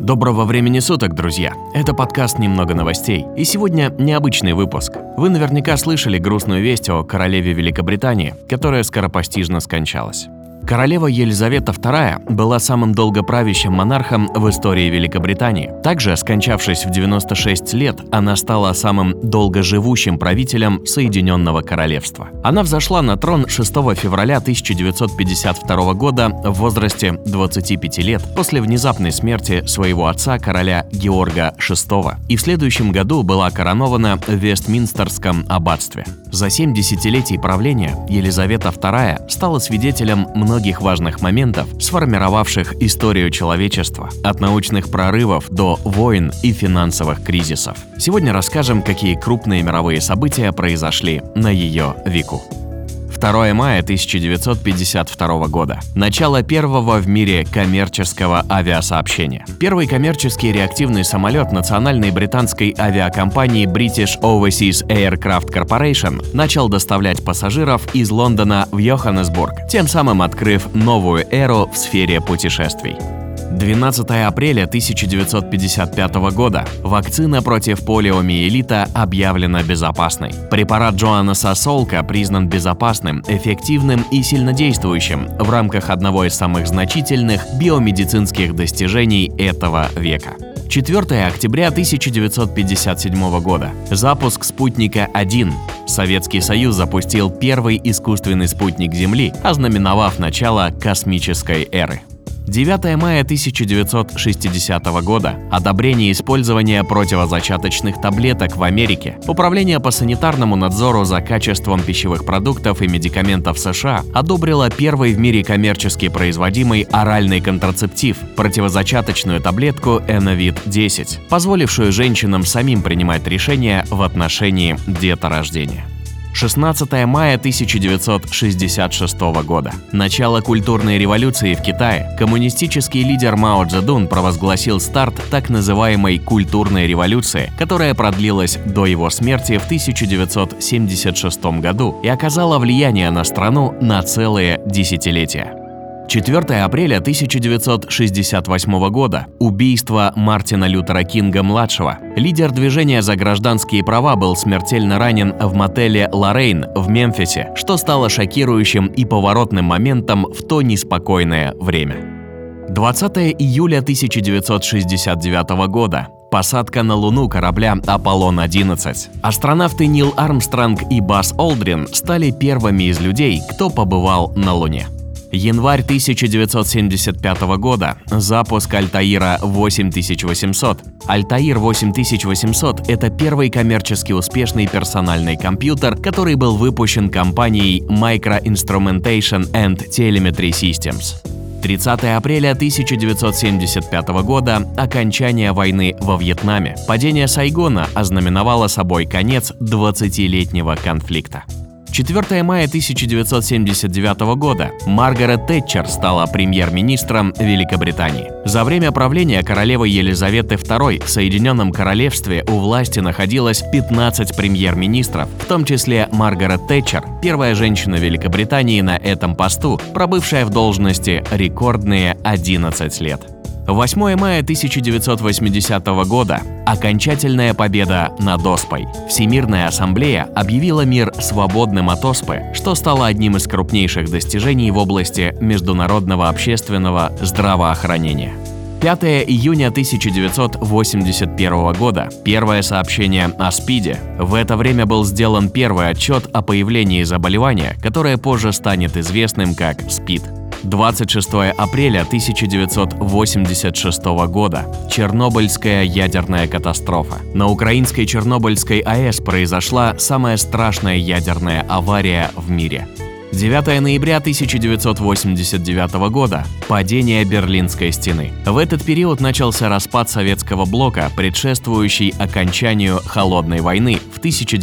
Доброго времени суток, друзья! Это подкаст «Немного новостей», и сегодня необычный выпуск. Вы наверняка слышали грустную весть о королеве Великобритании, которая скоропостижно скончалась. Королева Елизавета II была самым долгоправящим монархом в истории Великобритании. Также, скончавшись в 96 лет, она стала самым долгоживущим правителем Соединенного Королевства. Она взошла на трон 6 февраля 1952 года в возрасте 25 лет после внезапной смерти своего отца, короля Георга VI, и в следующем году была коронована в Вестминстерском аббатстве. За 7 десятилетий правления Елизавета II стала свидетелем многих важных моментов, сформировавших историю человечества, от научных прорывов до войн и финансовых кризисов. Сегодня расскажем, какие крупные мировые события произошли на ее веку. 2 мая 1952 года. Начало первого в мире коммерческого авиасообщения. Первый коммерческий реактивный самолет национальной британской авиакомпании British Overseas Aircraft Corporation начал доставлять пассажиров из Лондона в Йоханнесбург, тем самым открыв новую эру в сфере путешествий. 12 апреля 1955 года. Вакцина против полиомиелита объявлена безопасной. Препарат Джоаннеса Солка признан безопасным, эффективным и сильнодействующим в рамках одного из самых значительных биомедицинских достижений этого века. 4 октября 1957 года. Запуск спутника-1. Советский Союз запустил первый искусственный спутник Земли, ознаменовав начало космической эры. 9 мая 1960 года. Одобрение использования противозачаточных таблеток в Америке. Управление по санитарному надзору за качеством пищевых продуктов и медикаментов США одобрило первый в мире коммерчески производимый оральный контрацептив – противозачаточную таблетку Enovit-10, позволившую женщинам самим принимать решения в отношении деторождения. 16 мая 1966 года. Начало культурной революции в Китае. Коммунистический лидер Мао Цзэдун провозгласил старт так называемой культурной революции, которая продлилась до его смерти в 1976 году и оказала влияние на страну на целые десятилетия. 4 апреля 1968 года. Убийство Мартина Лютера Кинга-младшего. Лидер движения за гражданские права был смертельно ранен в мотеле «Лоррейн» в Мемфисе, что стало шокирующим и поворотным моментом в то неспокойное время. 20 июля 1969 года. Посадка на Луну корабля «Аполлон-11». Астронавты Нил Армстронг и Базз Олдрин стали первыми из людей, кто побывал на Луне. Январь 1975 года. Запуск Альтаира 8800. Альтаир 8800 – это первый коммерчески успешный персональный компьютер, который был выпущен компанией Micro-Instrumentation and Telemetry Systems. 30 апреля 1975 года. Окончание войны во Вьетнаме. Падение Сайгона ознаменовало собой конец 20-летнего конфликта. 4 мая 1979 года. Маргарет Тэтчер стала премьер-министром Великобритании. За время правления королевы Елизаветы II в Соединенном Королевстве у власти находилось 15 премьер-министров, в том числе Маргарет Тэтчер, первая женщина Великобритании на этом посту, пробывшая в должности рекордные 11 лет. 8 мая 1980 года. Окончательная победа над оспой. Всемирная ассамблея объявила мир свободным от оспы, что стало одним из крупнейших достижений в области международного общественного здравоохранения. 5 июня 1981 года. Первое сообщение о СПИДе. В это время был сделан первый отчет о появлении заболевания, которое позже станет известным как СПИД. 26 апреля 1986 года. Чернобыльская ядерная катастрофа. На украинской Чернобыльской АЭС произошла самая страшная ядерная авария в мире. 9 ноября 1989 года. Падение Берлинской стены. В этот период начался распад Советского блока, предшествующий окончанию Холодной войны в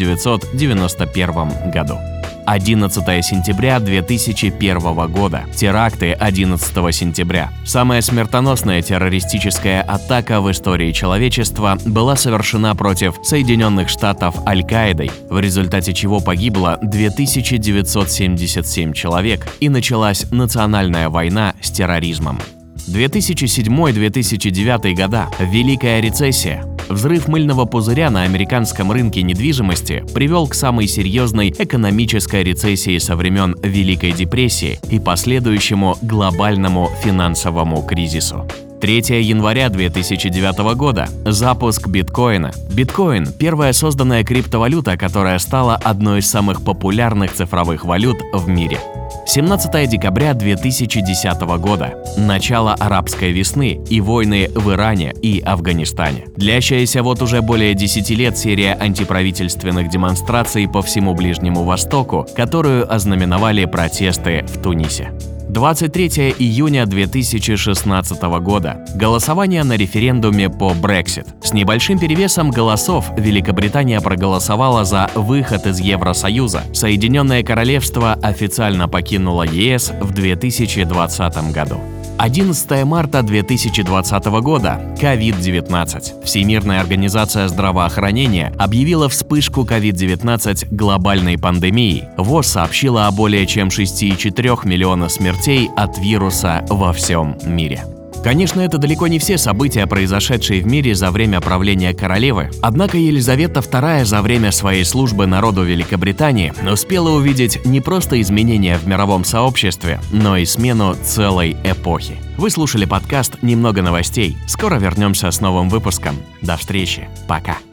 1991 году. 11 сентября 2001 года. Теракты 11 сентября. Самая смертоносная террористическая атака в истории человечества была совершена против Соединенных Штатов Аль-Каидой, в результате чего погибло 2977 человек и началась национальная война с терроризмом. 2007-2009 года – Великая рецессия. Взрыв мыльного пузыря на американском рынке недвижимости привел к самой серьезной экономической рецессии со времен Великой депрессии и последующему глобальному финансовому кризису. 3 января 2009 года – запуск биткоина. Биткоин – первая созданная криптовалюта, которая стала одной из самых популярных цифровых валют в мире. 17 декабря 2010 года – начало арабской весны и войны в Иране и Афганистане. Длящаяся вот уже более 10 лет серия антиправительственных демонстраций по всему Ближнему Востоку, которую ознаменовали протесты в Тунисе. 23 июня 2016 года – голосование на референдуме по Brexit. С небольшим перевесом голосов Великобритания проголосовала за выход из Евросоюза. Соединенное Королевство официально покинуло ЕС в 2020 году. 11 марта 2020 года – COVID-19. Всемирная организация здравоохранения объявила вспышку COVID-19 глобальной пандемией. ВОЗ сообщила о более чем 6,4 миллиона смертей от вируса во всем мире. Конечно, это далеко не все события, произошедшие в мире за время правления королевы. Однако Елизавета II за время своей службы народу Великобритании успела увидеть не просто изменения в мировом сообществе, но и смену целой эпохи. Вы слушали подкаст «Немного новостей». Скоро вернемся с новым выпуском. До встречи. Пока.